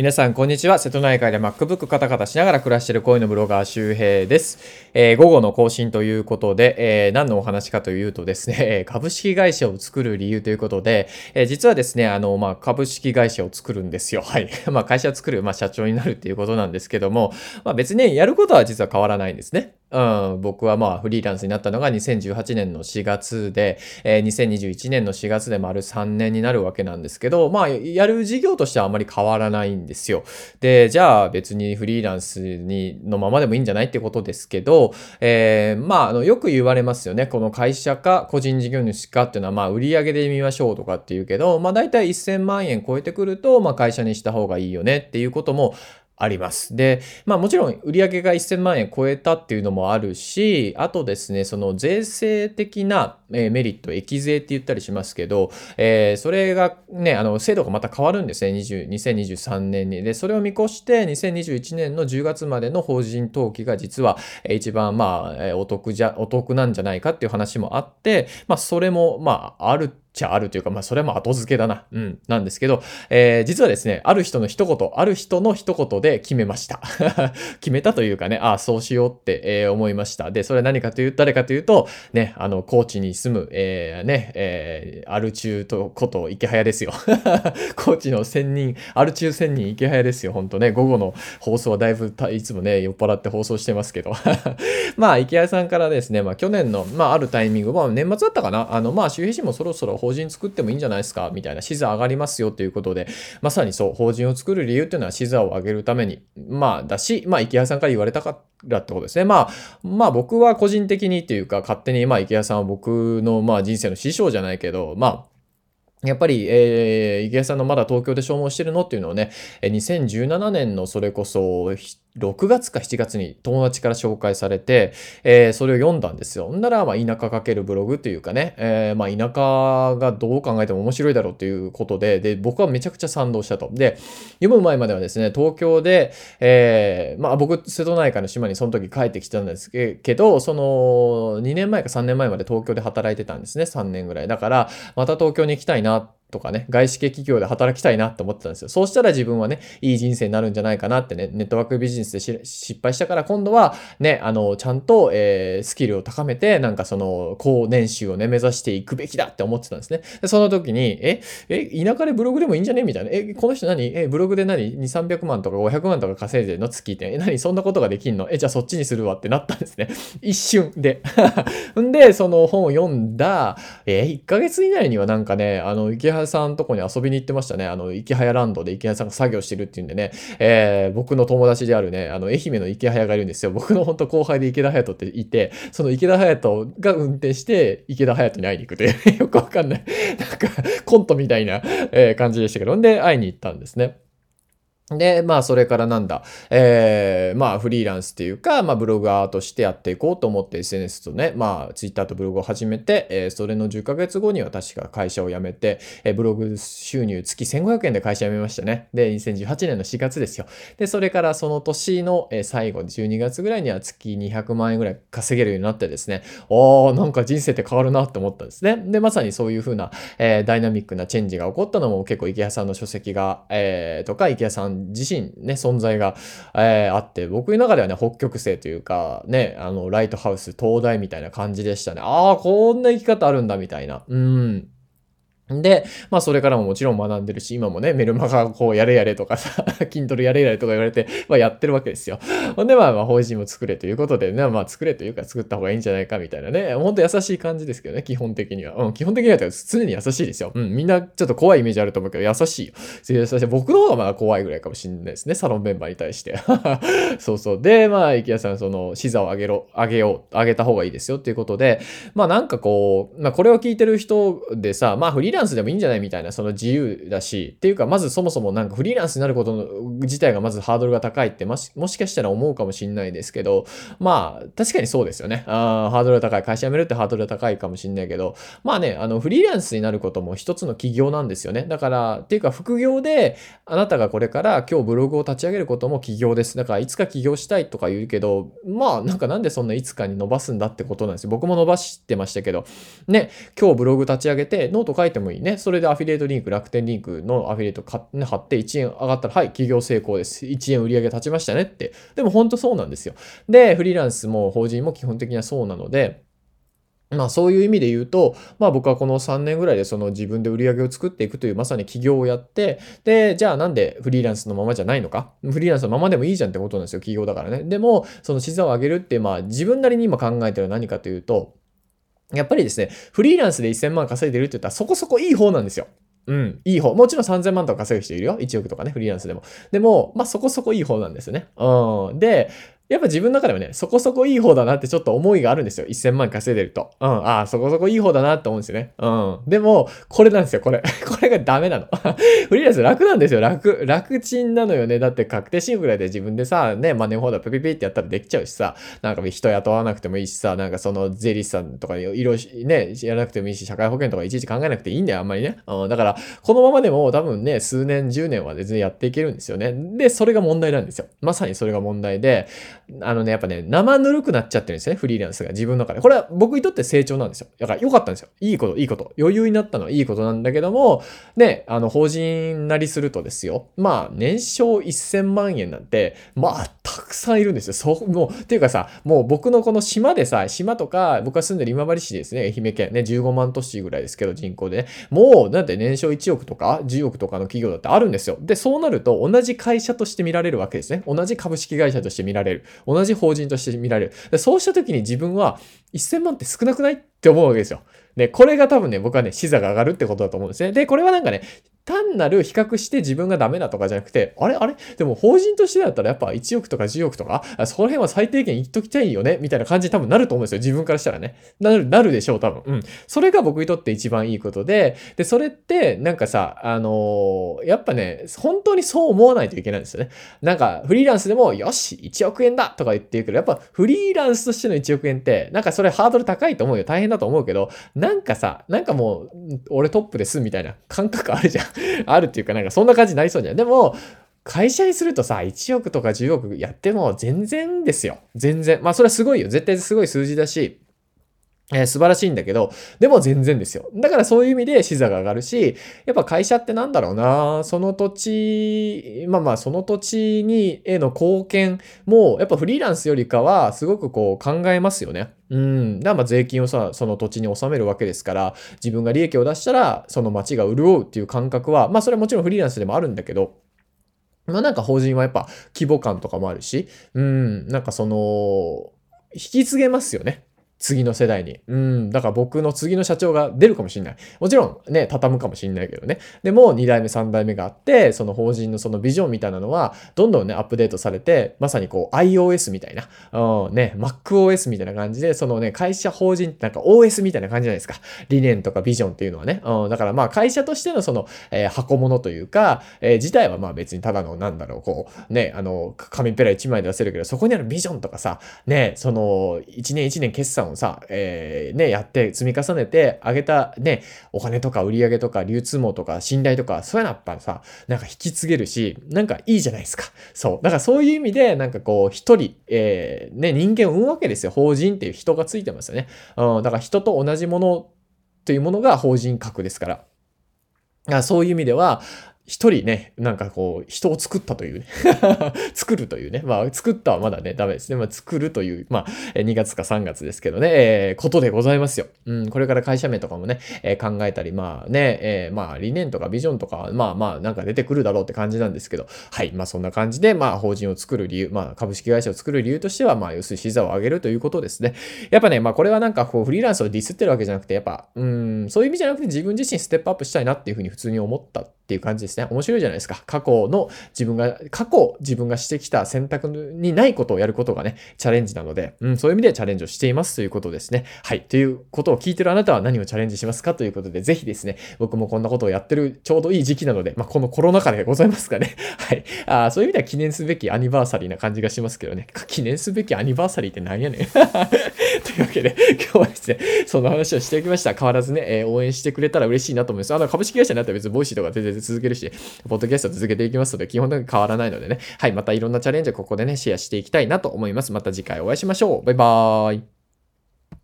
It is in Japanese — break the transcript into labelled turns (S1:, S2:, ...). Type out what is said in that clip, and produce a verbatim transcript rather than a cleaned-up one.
S1: 皆さん、こんにちは。瀬戸内海で MacBook カタカタしながら暮らしている恋のブロガー周平です。えー午後の更新ということで、えー何のお話かというとですね、えー株式会社を作る理由ということで、えー実はですね、あの、まあ、株式会社を作るんですよ。はい。まあ、会社を作る、まあ、社長になるっていうことなんですけども、まあ、別にね、やることは実は変わらないんですね。うん、僕はまあフリーランスになったのがにせんじゅうはちねんのしがつで、えーにせんにじゅういちねんのしがつで丸さんねんになるわけなんですけど、まあやる事業としてはあまり変わらないんですよ。で、じゃあ別にフリーランスにのままでもいいんじゃないってことですけど、えーまああのよく言われますよね。この会社か個人事業主かっていうのはまあ売上で見ましょうとかっていうけど、まあ大体せんまんえん超えてくると、まあ会社にした方がいいよねっていうこともあります。で、まあもちろん売上がせんまんえん超えたっていうのもあるし、あとですね、その税制的なえーメリット、益税って言ったりしますけど、えーそれがね、あの、制度がまた変わるんですね、にじゅうにせんにじゅうさんねんに。で、それを見越してにせんにじゅういちねんのじゅうがつまでの法人登記が実はえー一番まあ、えーお得じゃ、お得なんじゃないかっていう話もあって、まあそれもまああるっちゃあるというか、まあそれも後付けだな。うん、なんですけど、えー実はですね、ある人の一言、ある人の一言で決めました。決めたというかね、ああ、そうしようって、えー思いました。で、それは何かという、誰かというと、ね、あの、高知に住む、えーね、えーアル中とこと池早ですよ。高知の千人、アル中千人池早ですよ。ほんとね、午後の放送はだいぶたいつもね、酔っ払って放送してますけど。まあ、池谷さんからですね、まあ、去年の、まあ、あるタイミング、まあ、年末だったかな、あの、まあ、周平氏もそろそろ法人作ってもいいんじゃないですか、みたいな、視座上がりますよということで、まさにそう、法人を作る理由っていうのは視座を上げるために、まあ、だし、まあ、池谷さんから言われたからってことですね。まあ、まあ、僕は個人的にっていうか、勝手に、まあ、池谷さんは僕の、まあ、人生の師匠じゃないけど、まあ、やっぱり、えー、池谷さんのまだ東京で消耗してるのっていうのをね、えーにせんじゅうななねんのそれこそ、ひろくがつかしちがつに友達から紹介されて、えーそれを読んだんですよ。んなら、まあ、田舎かけるブログというかね、えーまあ、田舎がどう考えても面白いだろうということで、で、僕はめちゃくちゃ賛同したと。で、読む前まではですね、東京で、えーまあ、僕、瀬戸内海の島にその時帰ってきたんですけど、その、にねんまえかさんねんまえまで東京で働いてたんですね、さんねんぐらい。だから、また東京に行きたいなとかね、外資系企業で働きたいなって思ってたんですよ。そうしたら自分はね、いい人生になるんじゃないかなってね、ネットワークビジネスでし失敗したから今度はね、あの、ちゃんと、えースキルを高めて、なんかその、高年収をね、目指していくべきだって思ってたんですね。で、その時に、え、え、田舎でブログでもいいんじゃねみたいな。え、この人何え、ブログで何 ?に、さんびゃくまんとかごひゃくまんとか稼いでるの月って。え、何そんなことができんのえ、じゃあそっちにするわってなったんですね。一瞬で。んで、その本を読んだ、えー、いっかげつ以内にはなんかね、あの、池原さんとこに遊びに行ってましたね。あの、池早ランドで池原さんが作業してるっていうんでね、えー、僕の友達であるね、あの、愛媛の池早がいるんですよ。僕の本当後輩で池田隼人っていて、その池田隼人が運転して池田隼人に会いに行くという、よくわかんない、なんか、コントみたいな、えー感じでしたけど、んで、会いに行ったんですね。で、まあ、それからなんだ、えー、まあ、フリーランスっていうか、まあ、ブロガーとしてやっていこうと思って エスエヌエス とね、まあ、ツイッターとブログを始めて、えーそれのじゅっかげつごには確か会社を辞めて、えーブログ収入月せんごひゃくえんで会社辞めましたね。で、にせんじゅうはちねんのしがつですよ。で、それからその年のえー最後、じゅうにがつぐらいには月にひゃくまんえんぐらい稼げるようになってですね、おー、なんか人生って変わるなって思ったんですね。で、まさにそういう風な、えーダイナミックなチェンジが起こったのも結構池谷さんの書籍が、えーとか池谷さん自身ね、存在が、えーあって、僕の中ではね、北極星というか、ね、あの、ライトハウス、灯台みたいな感じでしたね。ああ、こんな生き方あるんだ、みたいな。うん。で、まあそれからももちろん学んでるし、今もね、メルマガこうやれやれとかさ、筋トレやれやれとか言われて、まあやってるわけですよ。ほんでまあまあ法人も作れということでね、まあ作れというか作った方がいいんじゃないかみたいなね、ほんと優しい感じですけどね、基本的には。うん、基本的には常に優しいですよ。うん、みんなちょっと怖いイメージあると思うけど、優しいよ。優しい。僕の方がまだ怖いぐらいかもしれないですね、サロンメンバーに対して。そうそう。で、まあ、池谷さん、その、視座を上げろ、上げよう、上げた方がいいですよっていうことで、まあなんかこう、まあこれを聞いてる人でさ、まあフリーランスでもいいんじゃないみたいな、その自由だし、っていうかまずそもそもなんかフリーランスになることの自体がまずハードルが高いってもし、もしかしたら思うかもしれないですけど、まあ確かにそうですよね。あーハードルが高い。会社辞めるってハードルが高いかもしれないけど、まあね、あのフリーランスになることも一つの起業なんですよね。だから、っていうか副業であなたがこれから今日ブログを立ち上げることも起業です。だからいつか起業したいとか言うけど、まあなんかなんでそんないつかに伸ばすんだってことなんですよ。僕も伸ばしてましたけど、ね、今日ブログ立ち上げてノート書いてももいいね。それでアフィリエイトリンク、楽天リンクのアフィリエイト買ね貼っていちえん上がったら、はい、企業成功です。いちえん売り上げ立ちましたねって。でも本当そうなんですよ。で、フリーランスも法人も基本的にはそうなので、まあそういう意味で言うと、まあ僕はこのさんねんぐらいでその自分で売り上げを作っていくというまさに起業をやって、で、じゃあなんでフリーランスのままじゃないのか、フリーランスのままでもいいじゃんってことなんですよ、起業だからね。でも、その資産を上げるって、まあ自分なりに今考えてるのは何かというと、やっぱりですね、フリーランスでせんまん稼いでるって言ったらそこそこいい方なんですよ。うん、いい方。もちろんさんぜんまんとか稼ぐ人いるよ。いちおくとかね、フリーランスでも。でも、まあそこそこいい方なんですよね。うん。で、やっぱ自分の中でもね、そこそこいい方だなってちょっと思いがあるんですよ。せんまん稼いでると。うん。ああ、そこそこいい方だなって思うんですよね。うん。でも、これなんですよ、これ。これがダメなの。フリーランス楽なんですよ。楽。楽ちんなのよね。だって確定申告ぐらいで自分でさ、ね、マネーホーダーピピピってやったらできちゃうしさ、なんか人雇わなくてもいいしさ、なんかその税理士さんとかいろいろね、やらなくてもいいし、社会保険とかいちいち考えなくていいんだよ、あんまりね。うん。だから、このままでも多分ね、数年、じゅうねんは全然やっていけるんですよね。で、それが問題なんですよ。まさにそれが問題で、あのね、やっぱね、生ぬるくなっちゃってるんですね、フリーランスが自分の中で。これは僕にとって成長なんですよ。だから良かったんですよ。いいこと、いいこと。余裕になったのはいいことなんだけども、ね、あの、法人なりするとですよ。まあ、年商せんまんえんなんて、まあ、たくさんいるんですよ。そう、もう、っていうかさ、もう僕のこの島でさ、島とか、僕が住んでる今治市ですね、愛媛県ね、じゅうごまん都市ぐらいですけど、人口でね。もう、だって年商いちおくとか、じゅうおくとかの企業だってあるんですよ。で、そうなると、同じ会社として見られるわけですね。同じ株式会社として見られる。同じ法人として見られる。でそうした時に自分はせんまんって少なくないって思うわけですよ。で、これが多分ね、僕はね、視座が上がるってことだと思うんですね。で、これはなんかね、単なる比較して自分がダメだとかじゃなくて、あれあれでも法人としてだったらやっぱいちおくとかじゅうおくとか、その辺は最低限言っときたいよねみたいな感じに多分なると思うんですよ。自分からしたらね。なる、なるでしょう、多分。うん。それが僕にとって一番いいことで、で、それってなんかさ、あのーやっぱね、本当にそう思わないといけないんですよね。なんか、フリーランスでも、よし、いちおくえんだとか言ってるけど、やっぱフリーランスとしてのいちおくえんって、なんかそれハードル高いと思うよ。大変だと思うけど、なんかさ、なんかもう、俺トップですみたいな感覚あるじゃん。あるっていうか、なんかそんな感じになりそうじゃん。でも、会社にするとさ、いちおくとかじゅうおくやっても全然ですよ。全然。まあそれはすごいよ。絶対すごい数字だし、えー、素晴らしいんだけど、でも全然ですよ。だからそういう意味で視座が上がるし、やっぱ会社ってなんだろうな、その土地、まあまあその土地に、への貢献も、やっぱフリーランスよりかは、すごくこう考えますよね。うん。だからまあ税金をさ、その土地に納めるわけですから、自分が利益を出したら、その町が潤うっていう感覚は、まあそれはもちろんフリーランスでもあるんだけど、まあなんか法人はやっぱ規模感とかもあるし、うん、なんかその、引き継げますよね。次の世代に。うん。だから僕の次の社長が出るかもしれない。もちろんね、畳むかもしれないけどね。でもに代目、さん代目があって、その法人のそのビジョンみたいなのは、どんどんね、アップデートされて、まさにこう iOS みたいな、うん、ね、MacOS みたいな感じで、そのね、会社法人ってなんか オーエス みたいな感じじゃないですか。理念とかビジョンっていうのはね。うん、だからまあ会社としてのその、えー箱物というか、えー自体はまあ別にただのなんだろう、こう、ね、あの、紙ペラいちまいで出せるけど、そこにあるビジョンとかさ、ね、その、一年一年決算をさ、えー、ね、やって積み重ねてあげたね、お金とか売り上げとか流通網とか信頼とか、そういうのやっぱさ、なんか引き継げるし、なんかいいじゃないですか。そう。だからそういう意味で、なんかこう、一人、えー、ね、人間を生むわけですよ。法人っていう人がついてますよね。うん、だから人と同じものというものが法人格ですから。あそういう意味では、一人ね、なんかこう、人を作ったというね作るというね。まあ、作ったはまだね、ダメですね。まあ、作るという、まあ、にがつかさんがつですけどね、えー、ことでございますよ。うん、これから会社名とかもね、えー、考えたり、まあね、えー、まあ、理念とかビジョンとか、まあまあ、なんか出てくるだろうって感じなんですけど、はい、まあ、そんな感じで、まあ、法人を作る理由、まあ、株式会社を作る理由としては、まあ、要するに視座を上げるということですね。やっぱね、まあ、これはなんかこう、フリーランスをディスってるわけじゃなくて、やっぱ、うん、そういう意味じゃなくて自分自身ステップアップしたいなっていうふうに普通に思ったっていう感じですね。面白いじゃないですか。過去の自分が、過去自分がしてきた選択にないことをやることがね、チャレンジなので、うん、そういう意味でチャレンジをしていますということですね。はい。ということを聞いてるあなたは何をチャレンジしますかということで、ぜひですね、僕もこんなことをやってるちょうどいい時期なので、まあ、このコロナ禍でございますかね。はい。あそういう意味では記念すべきアニバーサリーな感じがしますけどね。記念すべきアニバーサリーって何やねん。というわけで、今日はですね、その話をしておきました。変わらずね、えー、応援してくれたら嬉しいなと思います。あの、株式会社になったら別にボイシーとか全然続けるし、ポッドキャスト続けていきますので、基本的に変わらないのでね。はい、またいろんなチャレンジをここでね、シェアしていきたいなと思います。また次回お会いしましょう。バイバーイ。